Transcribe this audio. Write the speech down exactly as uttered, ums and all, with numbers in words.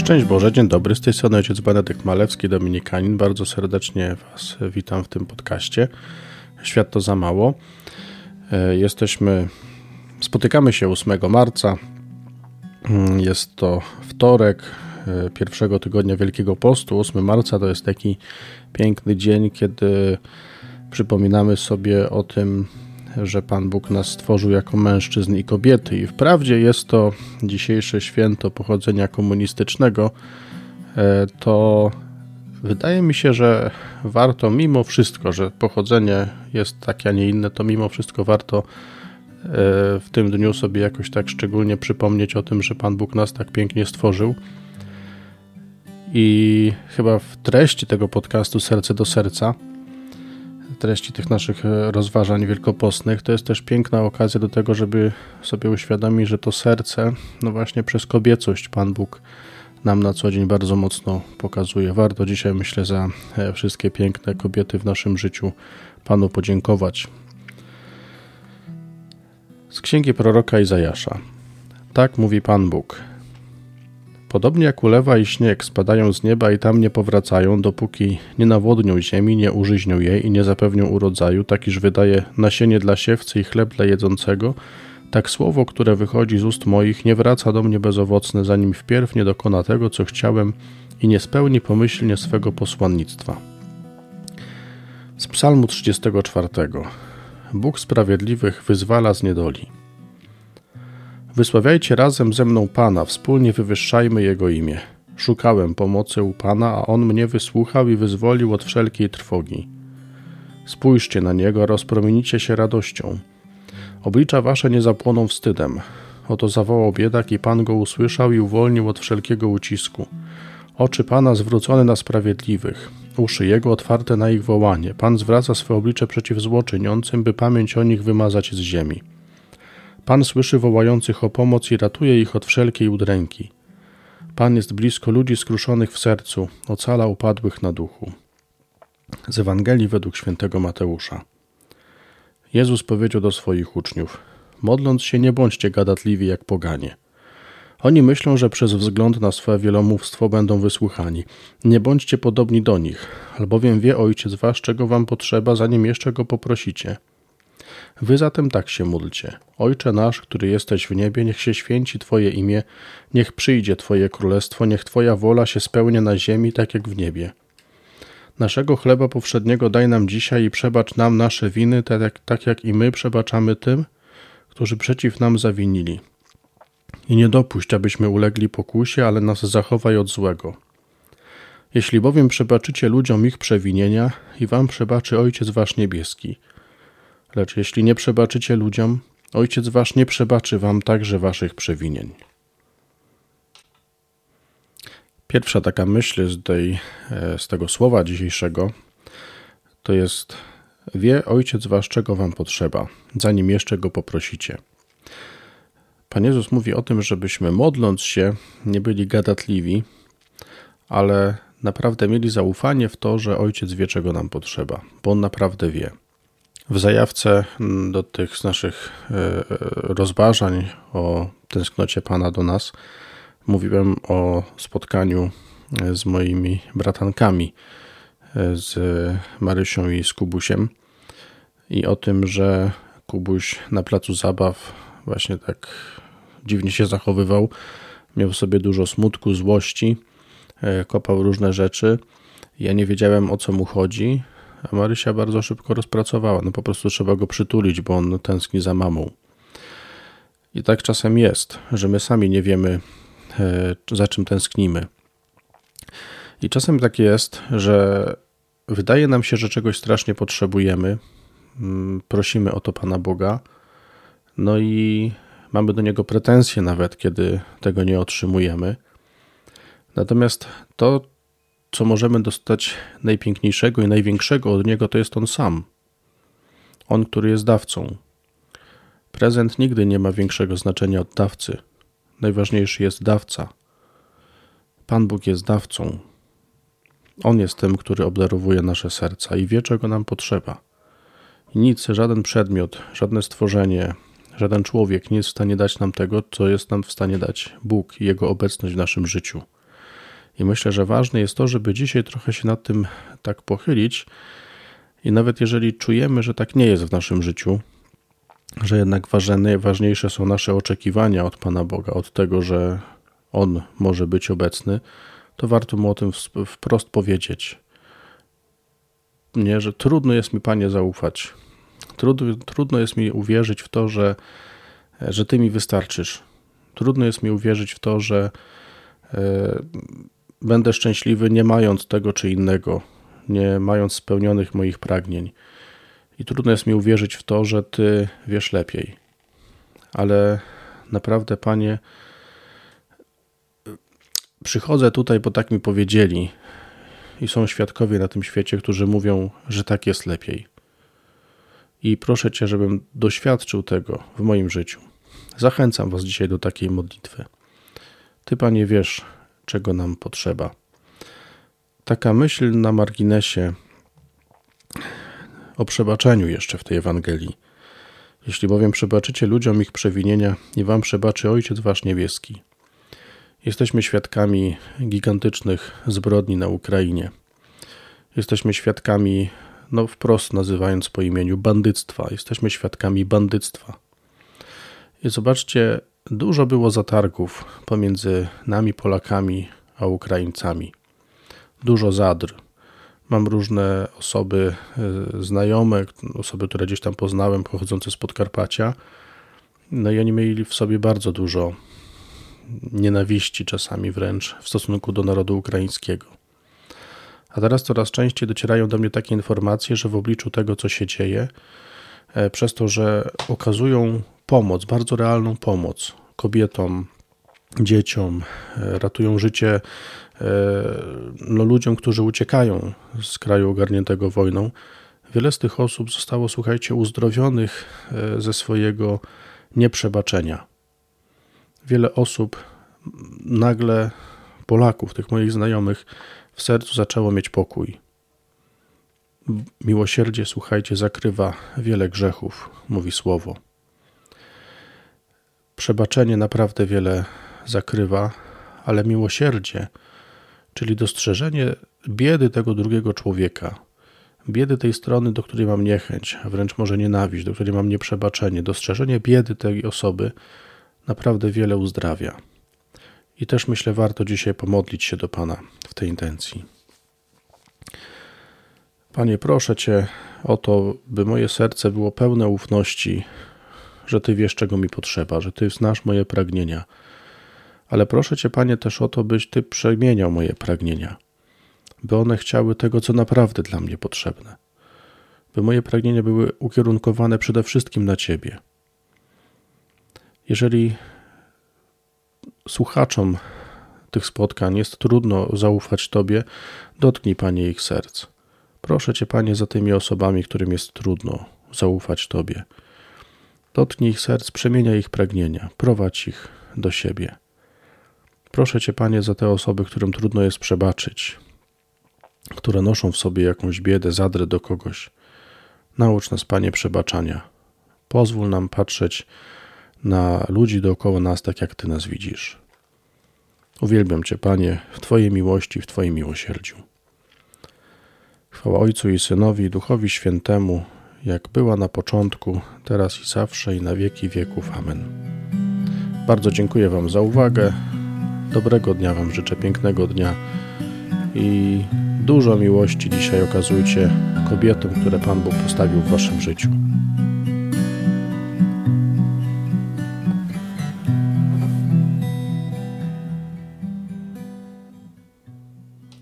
Szczęść Boże, dzień dobry, z tej strony ojciec Benedykt Malewski, dominikanin. Bardzo serdecznie Was witam w tym podcaście. Świat to za mało. Jesteśmy, spotykamy się ósmego marca. Jest to wtorek pierwszego tygodnia Wielkiego Postu. ósmego marca to jest taki piękny dzień, kiedy przypominamy sobie o tym, że Pan Bóg nas stworzył jako mężczyzn i kobiety i wprawdzie jest to dzisiejsze święto pochodzenia komunistycznego, to wydaje mi się, że warto mimo wszystko, że pochodzenie jest takie, a nie inne, to mimo wszystko warto w tym dniu sobie jakoś tak szczególnie przypomnieć o tym, że Pan Bóg nas tak pięknie stworzył. I chyba w treści tego podcastu Serce do Serca, treści tych naszych rozważań wielkopostnych, to jest też piękna okazja do tego, żeby sobie uświadomić, że to serce, no właśnie przez kobiecość Pan Bóg nam na co dzień bardzo mocno pokazuje. Warto dzisiaj, myślę, za wszystkie piękne kobiety w naszym życiu Panu podziękować. Z księgi proroka Izajasza. Tak mówi Pan Bóg. Podobnie jak ulewa i śnieg spadają z nieba i tam nie powracają, dopóki nie nawodnią ziemi, nie użyźnią jej i nie zapewnią urodzaju, tak iż wydaje nasienie dla siewcy i chleb dla jedzącego, tak słowo, które wychodzi z ust moich, nie wraca do mnie bezowocne, zanim wpierw nie dokona tego, co chciałem i nie spełni pomyślnie swego posłannictwa. Z Psalmu trzydziestego czwartego. Bóg sprawiedliwych wyzwala z niedoli. Wysławiajcie razem ze mną Pana, wspólnie wywyższajmy Jego imię. Szukałem pomocy u Pana, a On mnie wysłuchał i wyzwolił od wszelkiej trwogi. Spójrzcie na Niego, rozpromienicie się radością. Oblicza wasze nie zapłoną wstydem. Oto zawołał biedak i Pan go usłyszał i uwolnił od wszelkiego ucisku. Oczy Pana zwrócone na sprawiedliwych, uszy Jego otwarte na ich wołanie. Pan zwraca swe oblicze przeciw złoczyniącym, by pamięć o nich wymazać z ziemi. Pan słyszy wołających o pomoc i ratuje ich od wszelkiej udręki. Pan jest blisko ludzi skruszonych w sercu, ocala upadłych na duchu. Z Ewangelii według świętego Mateusza. Jezus powiedział do swoich uczniów: modląc się, nie bądźcie gadatliwi jak poganie. Oni myślą, że przez wzgląd na swe wielomówstwo będą wysłuchani. Nie bądźcie podobni do nich, albowiem wie Ojciec wasz, czego wam potrzeba, zanim jeszcze go poprosicie. Wy zatem tak się módlcie. Ojcze nasz, który jesteś w niebie, niech się święci Twoje imię, niech przyjdzie Twoje królestwo, niech Twoja wola się spełnia na ziemi, tak jak w niebie. Naszego chleba powszedniego daj nam dzisiaj i przebacz nam nasze winy, tak jak, tak jak i my przebaczamy tym, którzy przeciw nam zawinili. I nie dopuść, abyśmy ulegli pokusie, ale nas zachowaj od złego. Jeśli bowiem przebaczycie ludziom ich przewinienia, i wam przebaczy Ojciec wasz niebieski. Lecz jeśli nie przebaczycie ludziom, Ojciec wasz nie przebaczy wam także waszych przewinień. Pierwsza taka myśl z, tej, z tego słowa dzisiejszego to jest: wie Ojciec wasz, czego wam potrzeba, zanim jeszcze go poprosicie. Pan Jezus mówi o tym, żebyśmy modląc się nie byli gadatliwi, ale naprawdę mieli zaufanie w to, że Ojciec wie, czego nam potrzeba, bo On naprawdę wie. W zajawce do tych naszych rozważań o tęsknocie Pana do nas mówiłem o spotkaniu z moimi bratankami, z Marysią i z Kubusiem i o tym, że Kubuś na placu zabaw właśnie tak dziwnie się zachowywał, miał w sobie dużo smutku, złości, kopał różne rzeczy. Ja nie wiedziałem, o co mu chodzi, a Marysia bardzo szybko rozpracowała. No po prostu trzeba go przytulić, bo on tęskni za mamą. I tak czasem jest, że my sami nie wiemy, za czym tęsknimy. I czasem tak jest, że wydaje nam się, że czegoś strasznie potrzebujemy, prosimy o to Pana Boga, no i mamy do Niego pretensje nawet, kiedy tego nie otrzymujemy. Natomiast to, co możemy dostać najpiękniejszego i największego od Niego, to jest On sam. On, który jest dawcą. Prezent nigdy nie ma większego znaczenia od dawcy. Najważniejszy jest dawca. Pan Bóg jest dawcą. On jest tym, który obdarowuje nasze serca i wie, czego nam potrzeba. I nic, żaden przedmiot, żadne stworzenie, żaden człowiek nie jest w stanie dać nam tego, co jest nam w stanie dać Bóg i Jego obecność w naszym życiu. I myślę, że ważne jest to, żeby dzisiaj trochę się nad tym tak pochylić i nawet jeżeli czujemy, że tak nie jest w naszym życiu, że jednak ważne, ważniejsze są nasze oczekiwania od Pana Boga, od tego, że On może być obecny, to warto Mu o tym wprost powiedzieć. Nie, że trudno jest mi, Panie, zaufać. Trudno, trudno jest mi uwierzyć w to, że, że Ty mi wystarczysz. Trudno jest mi uwierzyć w to, że e, będę szczęśliwy nie mając tego czy innego, nie mając spełnionych moich pragnień. I trudno jest mi uwierzyć w to, że Ty wiesz lepiej. Ale naprawdę, Panie, przychodzę tutaj, bo tak mi powiedzieli i są świadkowie na tym świecie, którzy mówią, że tak jest lepiej. I proszę Cię, żebym doświadczył tego w moim życiu. Zachęcam Was dzisiaj do takiej modlitwy. Ty, Panie, wiesz, czego nam potrzeba. Taka myśl na marginesie o przebaczeniu jeszcze w tej Ewangelii. Jeśli bowiem przebaczycie ludziom ich przewinienia, i wam przebaczy Ojciec Wasz niebieski. Jesteśmy świadkami gigantycznych zbrodni na Ukrainie. Jesteśmy świadkami, no wprost nazywając po imieniu, bandyctwa. Jesteśmy świadkami bandyctwa. I zobaczcie, dużo było zatargów pomiędzy nami, Polakami, a Ukraińcami. Dużo zadr. Mam różne osoby znajome, osoby, które gdzieś tam poznałem, pochodzące z Podkarpacia. No i oni mieli w sobie bardzo dużo nienawiści, czasami wręcz w stosunku do narodu ukraińskiego. A teraz coraz częściej docierają do mnie takie informacje, że w obliczu tego, co się dzieje, przez to, że okazują pomoc, bardzo realną pomoc kobietom, dzieciom, ratują życie no, ludziom, którzy uciekają z kraju ogarniętego wojną. Wiele z tych osób zostało, słuchajcie, uzdrowionych ze swojego nieprzebaczenia. Wiele osób, nagle Polaków, tych moich znajomych, w sercu zaczęło mieć pokój. Miłosierdzie, słuchajcie, zakrywa wiele grzechów, mówi Słowo. Przebaczenie naprawdę wiele zakrywa, ale miłosierdzie, czyli dostrzeżenie biedy tego drugiego człowieka, biedy tej strony, do której mam niechęć, a wręcz może nienawiść, do której mam nieprzebaczenie, dostrzeżenie biedy tej osoby naprawdę wiele uzdrawia. I też myślę, warto dzisiaj pomodlić się do Pana w tej intencji. Panie, proszę Cię o to, by moje serce było pełne ufności, że Ty wiesz, czego mi potrzeba, że Ty znasz moje pragnienia. Ale proszę Cię, Panie, też o to, byś Ty przemieniał moje pragnienia, by one chciały tego, co naprawdę dla mnie potrzebne, by moje pragnienia były ukierunkowane przede wszystkim na Ciebie. Jeżeli słuchaczom tych spotkań jest trudno zaufać Tobie, dotknij, Panie, ich serc. Proszę Cię, Panie, za tymi osobami, którym jest trudno zaufać Tobie. Dotknij ich serc, przemieniaj ich pragnienia, prowadź ich do siebie. Proszę Cię, Panie, za te osoby, którym trudno jest przebaczyć, które noszą w sobie jakąś biedę, zadrę do kogoś. Naucz nas, Panie, przebaczania. Pozwól nam patrzeć na ludzi dookoła nas tak, jak Ty nas widzisz. Uwielbiam Cię, Panie, w Twojej miłości, w Twoim miłosierdziu. Chwała Ojcu i Synowi, i Duchowi Świętemu, jak była na początku, teraz i zawsze, i na wieki wieków. Amen. Bardzo dziękuję Wam za uwagę. Dobrego dnia Wam życzę, pięknego dnia i dużo miłości dzisiaj okazujcie kobietom, które Pan Bóg postawił w Waszym życiu.